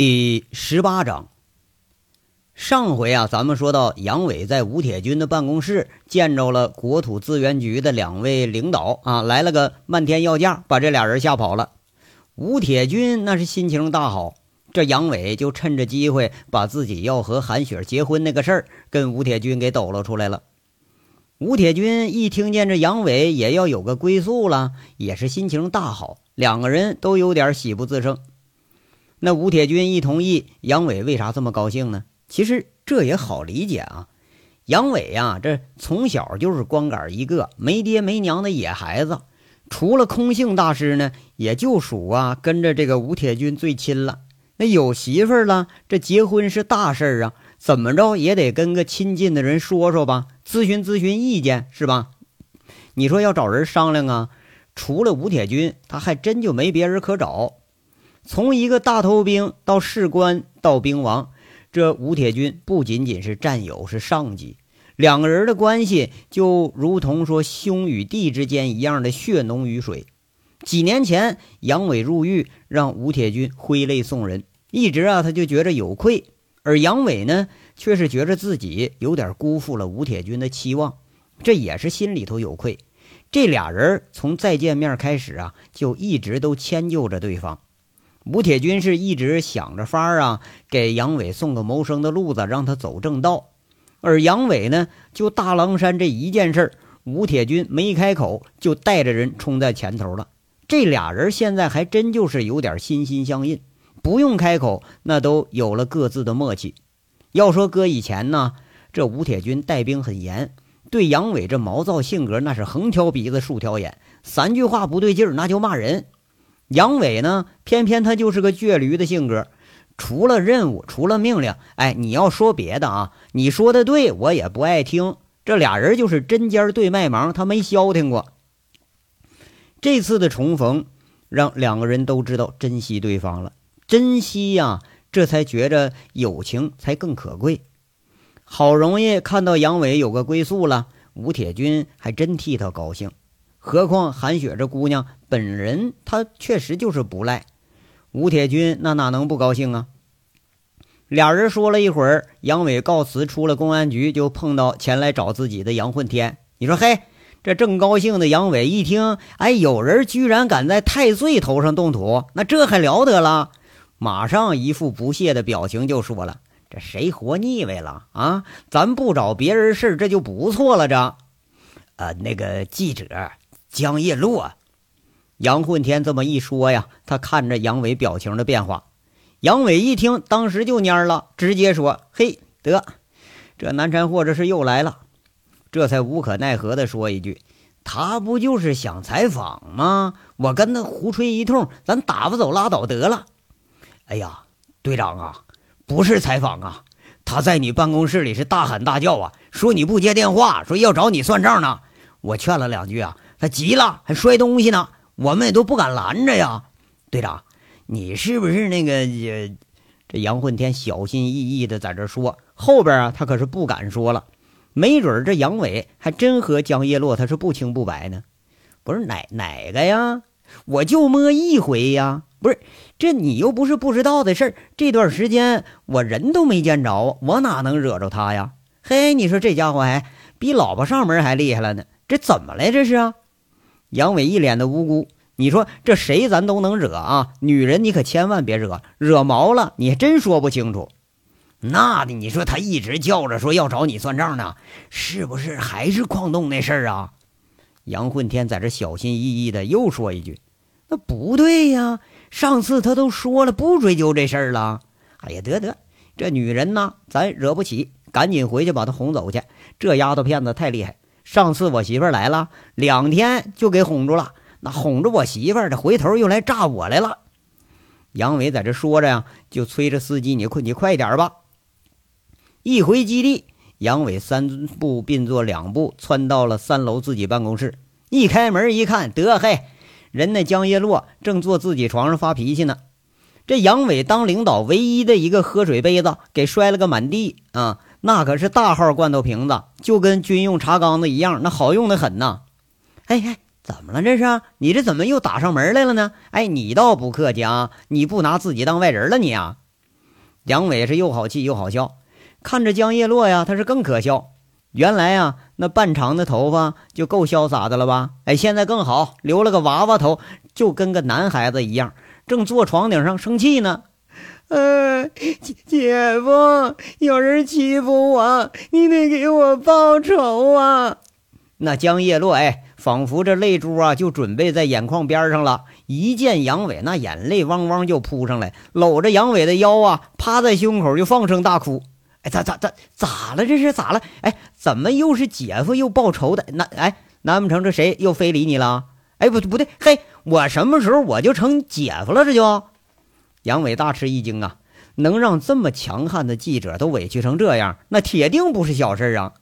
第18章。上回啊，咱们说到杨伟在吴铁军的办公室见着了国土资源局的2位领导啊，来了个漫天要价，把这俩人吓跑了。吴铁军那是心情大好，这杨伟就趁着机会把自己要和韩雪结婚那个事儿跟吴铁军给抖搂出来了。吴铁军一听见这杨伟也要有个归宿了，也是心情大好，两个人都有点喜不自胜。那吴铁军一同意，杨伟为啥这么高兴呢？其实这也好理解啊。杨伟啊，这从小就是光杆一个，没爹没娘的野孩子，除了空性大师呢，也就属啊跟着这个吴铁军最亲了。那有媳妇儿了，这结婚是大事儿啊，怎么着也得跟个亲近的人说说吧，咨询咨询意见是吧？你说要找人商量啊，除了吴铁军，他还真就没别人可找。从一个大头兵到士官到兵王，这吴铁军不仅仅是战友，是上级，两个人的关系就如同说兄与弟之间一样的血浓于水。几年前杨伟入狱，让吴铁军挥泪送人，一直啊他就觉着有愧，而杨伟呢却是觉着自己有点辜负了吴铁军的期望，这也是心里头有愧。这俩人从再见面开始啊，就一直都迁就着对方。吴铁军是一直想着法啊，给杨伟送个谋生的路子，让他走正道。而杨伟呢，就大狼山这一件事，吴铁军没开口，就带着人冲在前头了。这俩人现在还真就是有点心心相印，不用开口，那都有了各自的默契。要说搁以前呢，这吴铁军带兵很严，对杨伟这毛躁性格那是横挑鼻子竖挑眼，3句话不对劲儿那就骂人。杨伟呢，偏偏他就是个倔驴的性格，除了任务，除了命令，你要说别的啊，你说的对，我也不爱听。这俩人就是针尖对麦芒，他没消停过。这次的重逢，让两个人都知道珍惜对方了，珍惜呀，这才觉着友情才更可贵。好容易看到杨伟有个归宿了，吴铁军还真替他高兴。何况韩雪这姑娘本人她确实就是不赖，吴铁军那哪能不高兴啊？俩人说了一会儿，杨伟告辞出了公安局，就碰到前来找自己的杨混天。你说嘿，这正高兴的杨伟一听，有人居然敢在太岁头上动土，那这还了得了？马上一副不屑的表情就说了，这谁活腻歪了啊？咱不找别人事这就不错了这。那个记者江叶落。杨混天这么一说呀，他看着杨伟表情的变化。杨伟一听，当时就蔫了，直接说，嘿，得，这南山货这是又来了。这才无可奈何的说一句，他不就是想采访吗？我跟他胡吹一通，咱打发走拉倒得了。哎呀，队长啊，不是采访啊，他在你办公室里是大喊大叫啊，说你不接电话，说要找你算账呢。我劝了2句啊，他急了，还摔东西呢，我们也都不敢拦着呀。队长，你是不是那个这杨混天小心翼翼的在这说，后边啊他可是不敢说了，没准这杨伟还真和江叶落他是不清不白呢。不是哪个呀？我就摸一回呀。不是，这你又不是不知道的事儿，这段时间我人都没见着，我哪能惹着他呀？嘿，你说这家伙还比老婆上门还厉害了呢，这怎么来这是啊？杨伟一脸的无辜，你说这谁咱都能惹啊，女人你可千万别惹，惹毛了你还真说不清楚。那你说他一直叫着说要找你算账呢，是不是还是矿洞那事儿啊？杨混天在这小心翼翼的又说一句，那不对呀，上次他都说了不追究这事儿了。哎呀，得，这女人呢咱惹不起，赶紧回去把她哄走去，这丫头片子太厉害，上次我媳妇儿来了2天就给哄住了，那哄着我媳妇儿，这回头又来炸我来了。杨伟在这说着呀，就催着司机，你快点吧。一回基地，杨伟3步并作2步窜到了3楼自己办公室，一开门一看，得嘿，人那江叶落正坐自己床上发脾气呢。这杨伟当领导唯一的一个喝水杯子给摔了个满地啊，那可是大号罐头瓶子，就跟军用茶缸子一样，那好用的很呐。怎么了这是？你这怎么又打上门来了呢？你倒不客气啊，你不拿自己当外人了你啊？ 杨伟是又好气又好笑，看着江叶落呀，他是更可笑。原来啊，那半长的头发就够潇洒的了吧？哎，现在更好，留了个娃娃头，就跟个男孩子一样，正坐床顶上生气呢。姐夫，有人欺负我，你得给我报仇啊！那江叶落，仿佛这泪珠啊就准备在眼眶边上了。一见杨伟，那眼泪汪汪就扑上来，搂着杨伟的腰啊，趴在胸口就放声大哭。咋了？这是咋了？怎么又是姐夫又报仇的？难不成这谁又非礼你了？不对，我什么时候我就成姐夫了？这就杨伟大吃一惊啊！能让这么强悍的记者都委屈成这样，那铁定不是小事啊！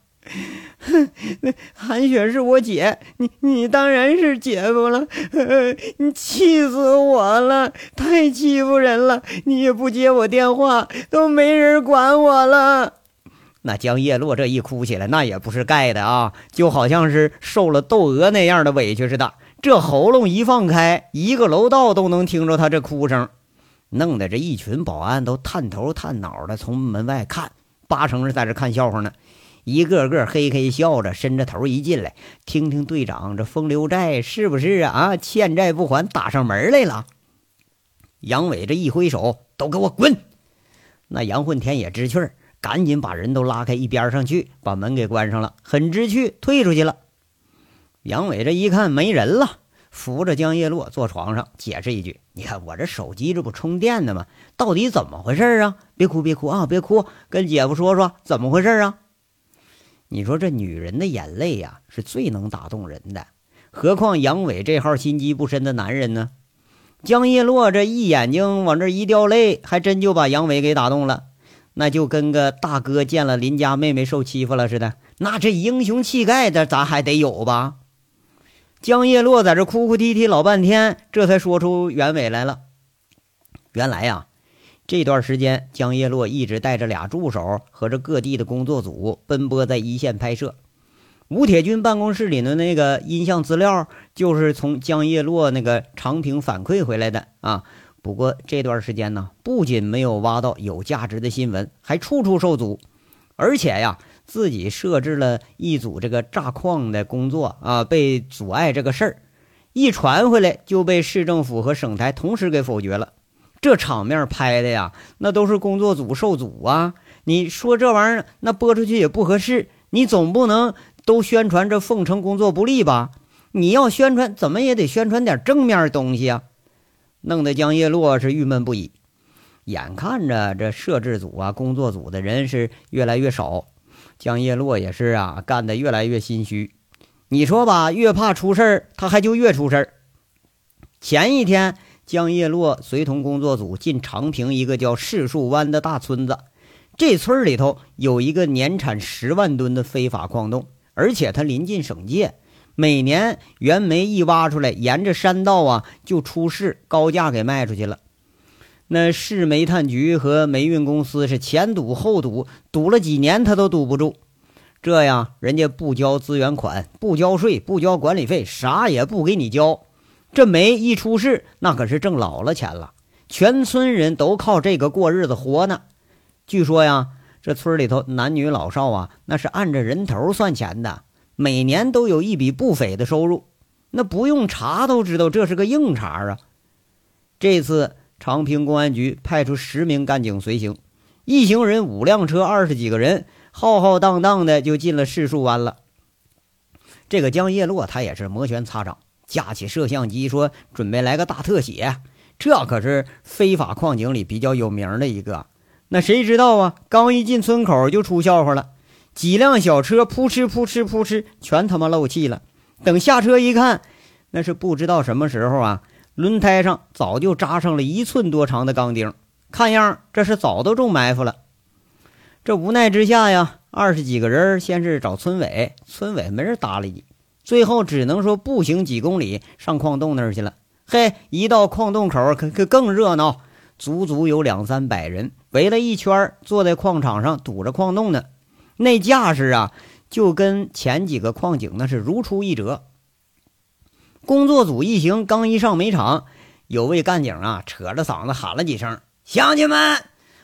韩雪是我姐，你当然是姐夫了。你气死我了，太欺负人了！你也不接我电话，都没人管我了。那江叶落这一哭起来，那也不是盖的啊，就好像是受了窦娥那样的委屈似的。这喉咙一放开，一个楼道都能听着他这哭声，弄得这一群保安都探头探脑的从门外看，八成是在这看笑话呢。一个个嘿嘿笑着，伸着头一进来，听听队长这风流债是不是啊？欠债不还，打上门来了。杨伟这一挥手，都给我滚！那杨混天也知趣儿，赶紧把人都拉开一边上去，把门给关上了，很知趣，退出去了。杨伟这一看没人了，扶着江叶落坐床上，解释一句：“你看我这手机这不充电的吗？到底怎么回事啊？别哭啊，别哭，跟姐夫说说怎么回事啊？”你说这女人的眼泪呀，是最能打动人的，何况杨伟这号心机不深的男人呢？江叶落这一眼睛往这一掉泪，还真就把杨伟给打动了，那就跟个大哥见了邻家妹妹受欺负了似的，那这英雄气概的咱还得有吧？江叶落在这哭哭啼啼老半天，这才说出原委来了。原来呀，这段时间江叶落一直带着俩助手和着各地的工作组奔波在一线拍摄。吴铁军办公室里的那个音像资料就是从江叶落那个长平反馈回来的啊。不过这段时间呢，不仅没有挖到有价值的新闻，还处处受阻，而且呀，自己设置了一组这个炸矿的工作啊，被阻碍这个事儿，一传回来就被市政府和省台同时给否决了。这场面拍的呀，那都是工作组受阻啊！你说这玩意儿，那播出去也不合适，你总不能都宣传这凤城工作不力吧？你要宣传，怎么也得宣传点正面东西啊！弄得江叶落是郁闷不已。眼看着这摄制组啊、工作组的人是越来越少，江叶落也是啊，干得越来越心虚。你说吧，越怕出事儿，他还就越出事儿。前一天，江叶落随同工作组进长平一个叫柿树湾的大村子，这村里头有一个年产10万吨的非法矿洞，而且它临近省界，每年原煤一挖出来，沿着山道啊就出市，高价给卖出去了。那市煤炭局和煤运公司是前堵后堵，堵了几年他都堵不住。这样人家不交资源款，不交税，不交管理费，啥也不给你交。这煤一出市，那可是挣老了钱了，全村人都靠这个过日子活呢。据说呀，这村里头男女老少啊，那是按着人头算钱的，每年都有一笔不菲的收入，那不用查都知道这是个硬茬啊。这次长平公安局派出10名干警随行，一行人5辆车20几个人，浩浩荡荡的就进了柿树湾了。这个江叶落他也是摩拳擦掌，架起摄像机说准备来个大特写，这可是非法矿井里比较有名的一个。那谁知道啊，刚一进村口就出笑话了，几辆小车扑哧扑哧扑哧全他妈漏气了。等下车一看，那是不知道什么时候啊，轮胎上早就扎上了1寸多长的钢钉，看样这是早都中埋伏了。这无奈之下呀，20几个人先是找村委，村委没人搭理你，最后只能说步行几公里上矿洞那儿去了。嘿，一到矿洞口可更热闹，足足有200-300人围了一圈，坐在矿场上堵着矿洞呢。那架势啊，就跟前几个矿井那是如出一辙。工作组一行刚一上煤场，有位干警啊扯着嗓子喊了几声：乡亲们，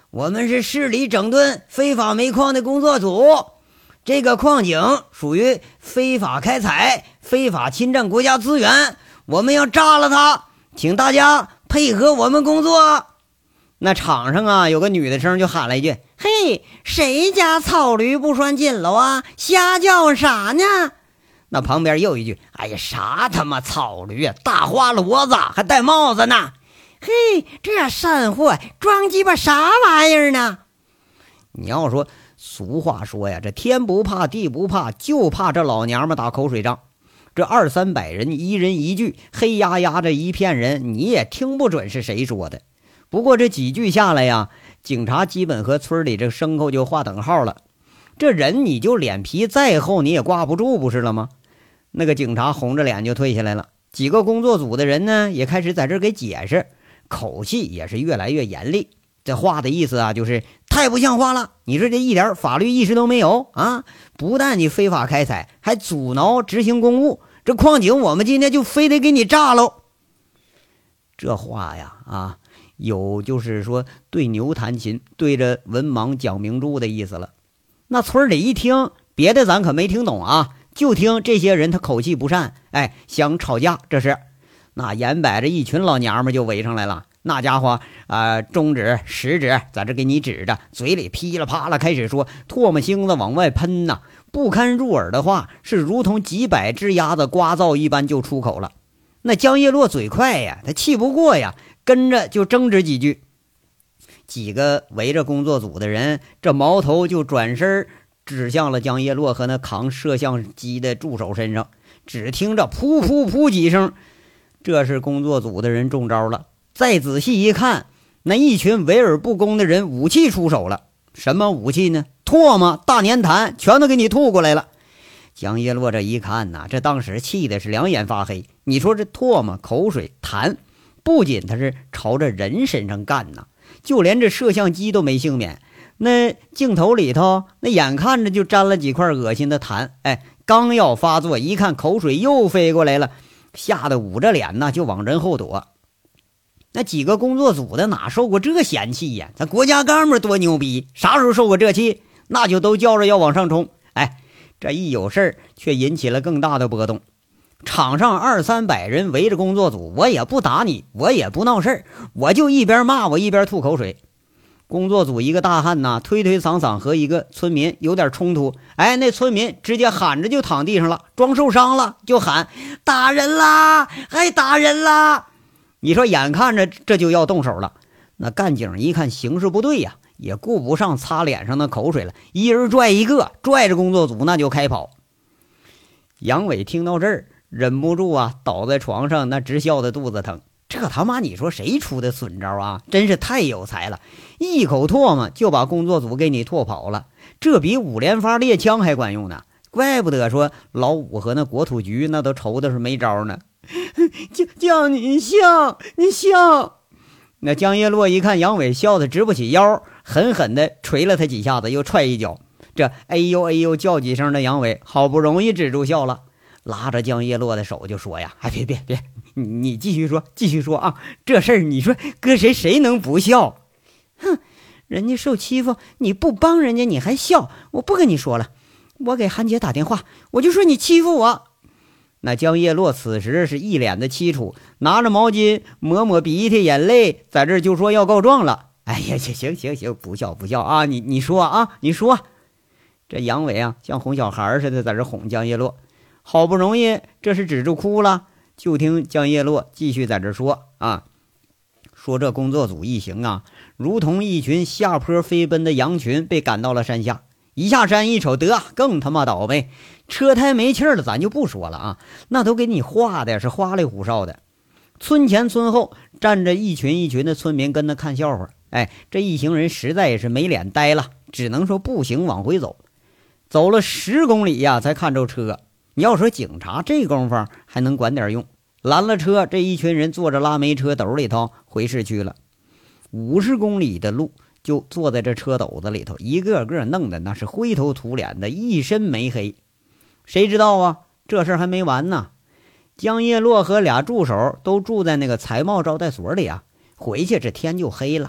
我们是市里整顿非法煤矿的工作组，这个矿井属于非法开采、非法侵占国家资源，我们要炸了它，请大家配合我们工作。那场上啊，有个女的声就喊了一句：嘿，谁家草驴不拴紧了啊？瞎叫啥呢？那旁边又一句：哎呀，啥他妈草驴啊，大花骡子还戴帽子呢。嘿，这散货装鸡巴啥玩意儿呢？你要说俗话说呀，这天不怕地不怕，就怕这老娘们打口水仗。这200-300人一人一句，黑压压这一片人，你也听不准是谁说的。不过这几句下来呀，警察基本和村里这牲口就划等号了。这人你就脸皮再厚你也挂不住不是了吗？那个警察红着脸就退下来了。几个工作组的人呢也开始在这给解释，口气也是越来越严厉。这话的意思啊，就是太不像话了，你说这一点法律意识都没有啊！不但你非法开采，还阻挠执行公务，这矿井我们今天就非得给你炸喽。这话呀啊，有就是说对牛弹琴，对着文盲讲名著的意思了。那村里一听，别的咱可没听懂啊，就听这些人他口气不善，哎，想吵架，这是。那眼摆着一群老娘们就围上来了，那家伙中指食指在这给你指着，嘴里噼里啪啦开始说，唾沫星子往外喷呐，不堪入耳的话是如同几百只鸭子刮噪一般就出口了。那江叶落嘴快呀，他气不过呀，跟着就争执几句。几个围着工作组的人，这矛头就转身指向了江叶落和那扛摄像机的助手身上。只听着噗噗噗几声，这是工作组的人中招了。再仔细一看，那一群围而不攻的人武器出手了。什么武器呢？唾沫、大粘痰全都给你吐过来了。江叶落这一看呐，这当时气的是两眼发黑。你说这唾沫、口水、痰，不仅他是朝着人身上干呐，就连这摄像机都没幸免。那镜头里头，那眼看着就沾了几块恶心的痰，哎，刚要发作，一看口水又飞过来了，吓得捂着脸呢就往人后躲。那几个工作组的哪受过这嫌弃呀？咱国家干部多牛逼，啥时候受过这气？那就都叫着要往上冲。哎，这一有事儿却引起了更大的波动。场上200-300人围着工作组，我也不打你，我也不闹事儿，我就一边骂我一边吐口水。工作组一个大汉呐，推推搡搡和一个村民有点冲突，哎，那村民直接喊着就躺地上了，装受伤了，就喊打人啦，还打人啦！你说眼看着这就要动手了，那干警一看形势不对呀，也顾不上擦脸上的口水了，一人拽一个，拽着工作组那就开跑。杨伟听到这儿，忍不住啊，倒在床上那直笑得肚子疼。这他妈你说谁出的损招啊？真是太有才了，一口唾沫就把工作组给你唾跑了，这比5连发猎枪还管用呢。怪不得说老五和那国土局那都愁的是没招呢。叫你笑，你笑。那江叶落一看杨伟笑得直不起腰，狠狠地捶了他几下子，又踹一脚。这哎呦哎呦叫几声的杨伟好不容易止住笑了，拉着江叶落的手就说呀，哎别，你继续说啊，这事儿你说搁谁能不笑？哼，人家受欺负你不帮人家你还笑，我不跟你说了，我给韩姐打电话，我就说你欺负我。那江叶落此时是一脸的凄楚，拿着毛巾抹鼻涕眼泪，在这就说要告状了。哎呀，行，不笑啊，你说啊，你说。这杨伟啊像哄小孩似的在这哄江叶落，好不容易这是止住哭了，就听江叶落继续在这说啊，说这工作组一行啊，如同一群下坡飞奔的羊群被赶到了山下，一下山一瞅，得更他妈倒霉，车胎没气了咱就不说了啊，那都给你画的是花里胡哨的。村前村后站着一群一群的村民跟他看笑话，哎，这一行人实在也是没脸呆了，只能说步行往回走。走了10公里呀才看着车，你要说警察这功夫还能管点用，拦了车，这一群人坐着拉煤车斗里头回市区了。50公里的路就坐在这车斗子里头，一个个弄得那是灰头土脸的，一身煤黑。谁知道啊，这事还没完呢。江叶落和俩助手都住在那个财贸招待所里啊，回去这天就黑了。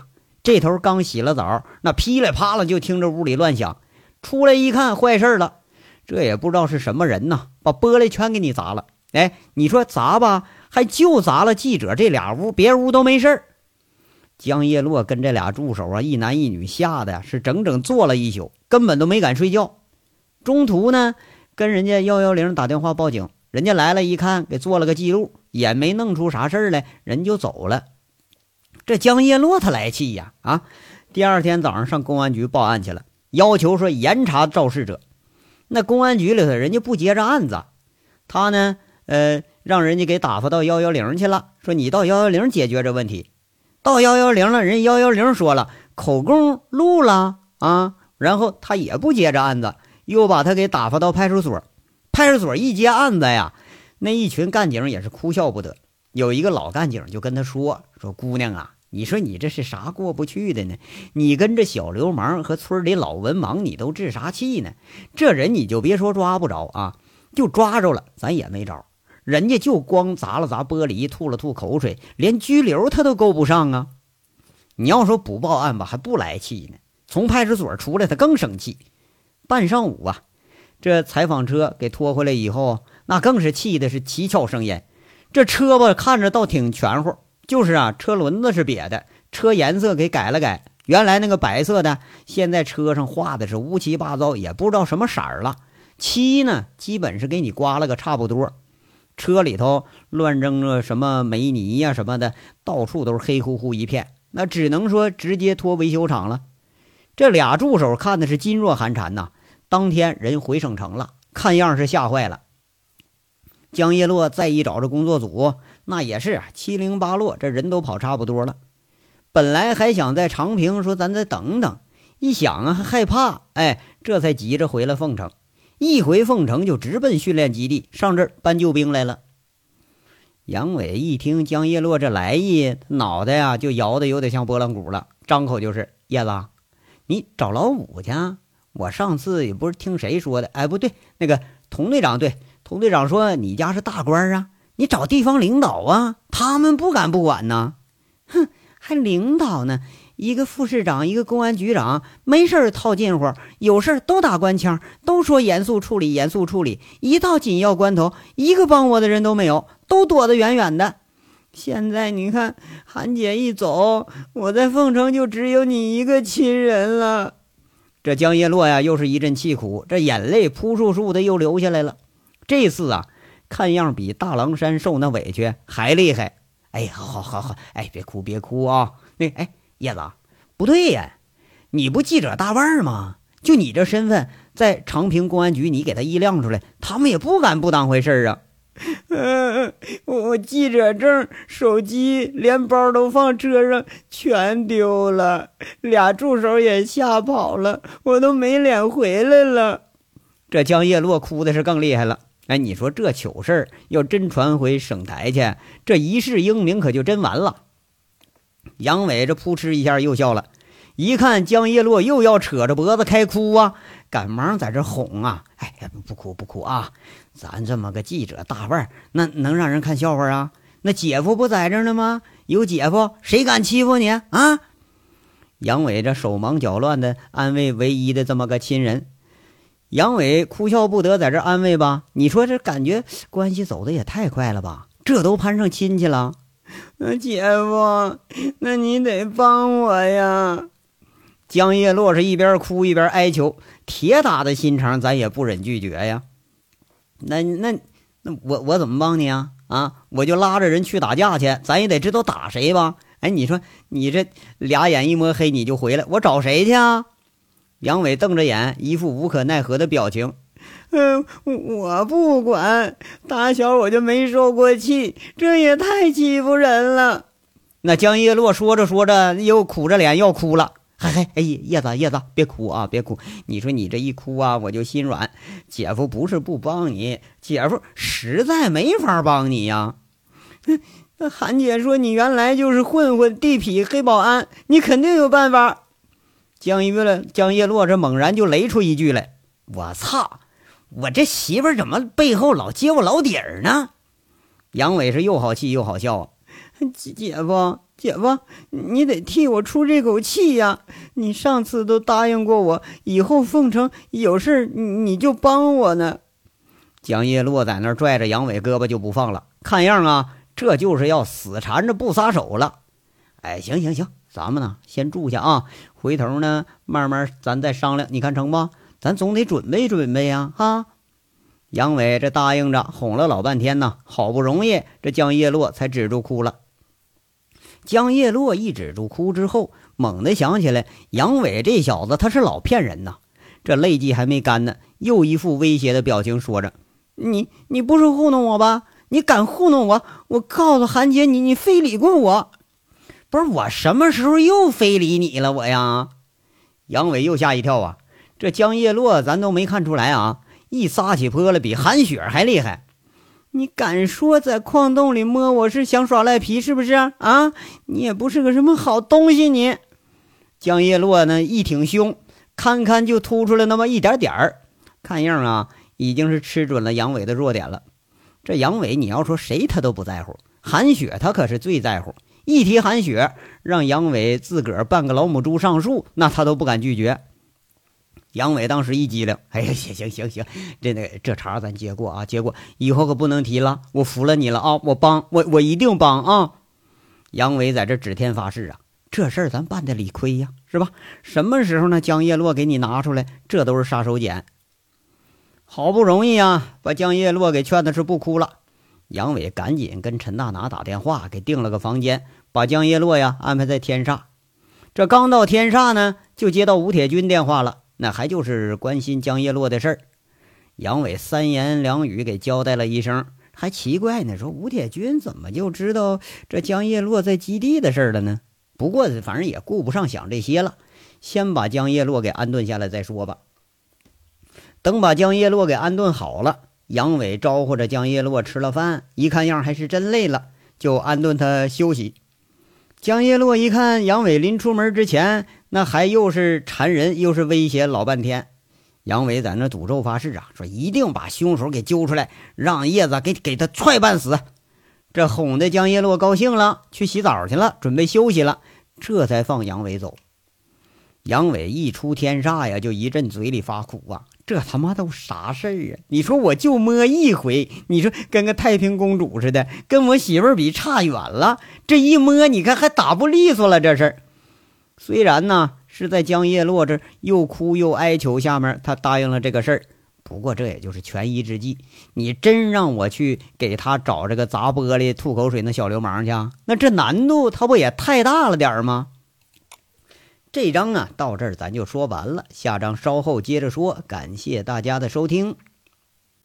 这头刚洗了澡，那噼里啪啦就听着屋里乱响，出来一看坏事了，这也不知道是什么人呐，把玻璃全给你砸了。哎，你说砸吧，还就砸了记者这俩屋，别屋都没事儿。江叶落跟这俩助手啊，一男一女，吓得是整整坐了一宿，根本都没敢睡觉。中途呢，跟人家110打电话报警，人家来了一看，给做了个记录，也没弄出啥事儿来，人就走了。这江叶落他来气呀，第二天早上上公安局报案去了，要求说严查肇事者。那公安局里头人家不接着案子，他呢让人家给打发到110去了，说你到110解决这问题。到110了，人110说了口供录了啊，然后他也不接着案子，又把他给打发到派出所。派出所一接案子呀，那一群干警也是哭笑不得。有一个老干警就跟他说姑娘啊，你说你这是啥过不去的呢？你跟这小流氓和村里老文盲你都置啥气呢？这人你就别说抓不着啊，就抓着了咱也没招，人家就光砸了砸玻璃，吐了吐口水，连拘留他都够不上啊。你要说不报案吧，还不来气呢，从派出所出来他更生气。半上午啊，这采访车给拖回来以后，那更是气的是七窍生烟。这车吧看着倒挺全乎，就是车轮子是瘪的，车颜色给改了改，原来那个白色的，现在车上画的是乌七八糟，也不知道什么色儿了。漆呢基本是给你刮了个差不多，车里头乱扔着什么煤泥呀什么的，到处都是黑乎乎一片，那只能说直接拖维修厂了。这俩助手看的是噤若寒蝉呐，当天人回省城了，看样是吓坏了。江叶落再一找这工作组，那也是七零八落，这人都跑差不多了。本来还想在长平说咱再等等，一想还害怕，这才急着回了凤城。一回凤城就直奔训练基地，上这儿搬救兵来了。杨伟一听江叶落这来意，脑袋就摇得有点像拨浪鼓了，张口就是叶子，你找老五去啊？我上次也不是听谁说的，不对，那个童队长，对，童队长说你家是大官啊，你找地方领导啊，他们不敢不管呢。哼，还领导呢，一个副市长，一个公安局长，没事套近乎，有事都打官腔，都说严肃处理严肃处理，一到紧要关头，一个帮我的人都没有，都躲得远远的。现在你看韩姐一走，我在凤城就只有你一个亲人了。这江叶落又是一阵气苦，这眼泪扑簌簌的又流下来了。这次看样比大狼山受那委屈还厉害。好，别哭啊。叶子，不对呀，你不记者大腕吗？就你这身份，在长平公安局你给他一亮出来，他们也不敢不当回事啊。我记者证、手机连包都放车上全丢了，俩助手也吓跑了，我都没脸回来了。这江叶落哭的是更厉害了。你说这糗事儿要真传回省台去，这一世英名可就真完了。杨伟这扑哧一下又笑了，一看江叶落又要扯着脖子开哭赶忙在这哄不哭啊，咱这么个记者大腕，那能让人看笑话啊？那姐夫不在这呢吗？有姐夫谁敢欺负你啊？杨伟这手忙脚乱的安慰唯一的这么个亲人。杨伟哭笑不得，在这安慰吧，你说这感觉关系走的也太快了吧，这都攀上亲戚了。姐夫，那你得帮我呀。江叶落是一边哭一边哀求，铁打的心肠咱也不忍拒绝呀。那我怎么帮你啊？我就拉着人去打架去，咱也得知道打谁吧。你说你这俩眼一摸黑你就回来，我找谁去啊？杨伟瞪着眼，一副无可奈何的表情。我不管，打小我就没受过气，这也太欺负人了。那江叶落说着说着又苦着脸要哭了。叶子别哭啊，别哭，你说你这一哭我就心软。姐夫不是不帮你，姐夫实在没法帮你呀。那韩姐说你原来就是混混、地痞、黑保安，你肯定有办法。江叶落这猛然就雷出一句来，我操，我这媳妇怎么背后老揭我老底儿呢？杨伟是又好气又好笑姐夫， 姐夫，你得替我出这口气呀！你上次都答应过我，以后凤城有事你就帮我呢。 江叶落在那儿拽着杨伟胳膊就不放了，看样啊，这就是要死缠着不撒手了。哎，行，咱们呢先住下啊，回头呢慢慢咱再商量，你看成不？咱总得准备准备呀，哈。杨伟这答应着，哄了老半天呢，好不容易这江叶落才止住哭了。江叶落一止住哭之后，猛地想起来，杨伟这小子他是老骗人呐。这泪迹还没干呢，又一副威胁的表情说着：“ 你不是糊弄我吧？你敢糊弄我，我告诉韩姐你非礼过我。” 不是，我什么时候又非礼你了我呀？杨伟又吓一跳啊！这江叶落咱都没看出来啊，一撒起泼来比韩雪还厉害。 你敢说在矿洞里摸我是想耍赖皮是不是啊？你也不是个什么好东西你。 江叶落呢一挺胸，堪就突出了那么一点点儿，看样啊已经是吃准了杨伟的弱点了。这杨伟你要说谁他都不在乎，韩雪他可是最在乎。一提韩雪，让杨伟自个儿扮个老母猪上树，那他都不敢拒绝。杨伟当时一激灵，哎呀，行，这茬咱接过啊，接过，以后可不能提了，我服了你了啊，我一定帮啊！杨伟在这指天发誓啊，这事儿咱办得理亏呀，是吧？什么时候呢？江叶落给你拿出来，这都是杀手锏。好不容易啊，把江叶落给劝的是不哭了。杨伟赶紧跟陈大拿打电话，给订了个房间，把江叶落呀安排在天煞。这刚到天煞呢，就接到吴铁军电话了。那还就是关心江叶落的事儿，杨伟三言两语给交代了一声，还奇怪呢，说吴铁军怎么就知道这江叶落在基地的事儿了呢？不过反正也顾不上想这些了，先把江叶落给安顿下来再说吧。等把江叶落给安顿好了，杨伟招呼着江叶落吃了饭，一看样还是真累了，就安顿他休息。江叶落一看杨伟临出门之前那还又是缠人又是威胁老半天，杨伟在那赌咒发誓啊，说一定把凶手给揪出来，让叶子给他踹半死。这哄得江叶落高兴了，去洗澡去了，准备休息了，这才放杨伟走。杨伟一出天煞呀，就一阵嘴里发苦啊，这他妈都啥事儿啊？你说我就摸一回，你说跟个太平公主似的，跟我媳妇儿比差远了。这一摸，你看还打不利索了，这事儿。虽然呢是在江叶落这又哭又哀求下面，他答应了这个事儿，不过这也就是权宜之计。你真让我去给他找这个砸玻璃吐口水那小流氓去，那这难度他不也太大了点吗？这章啊到这儿咱就说完了，下章稍后接着说。感谢大家的收听。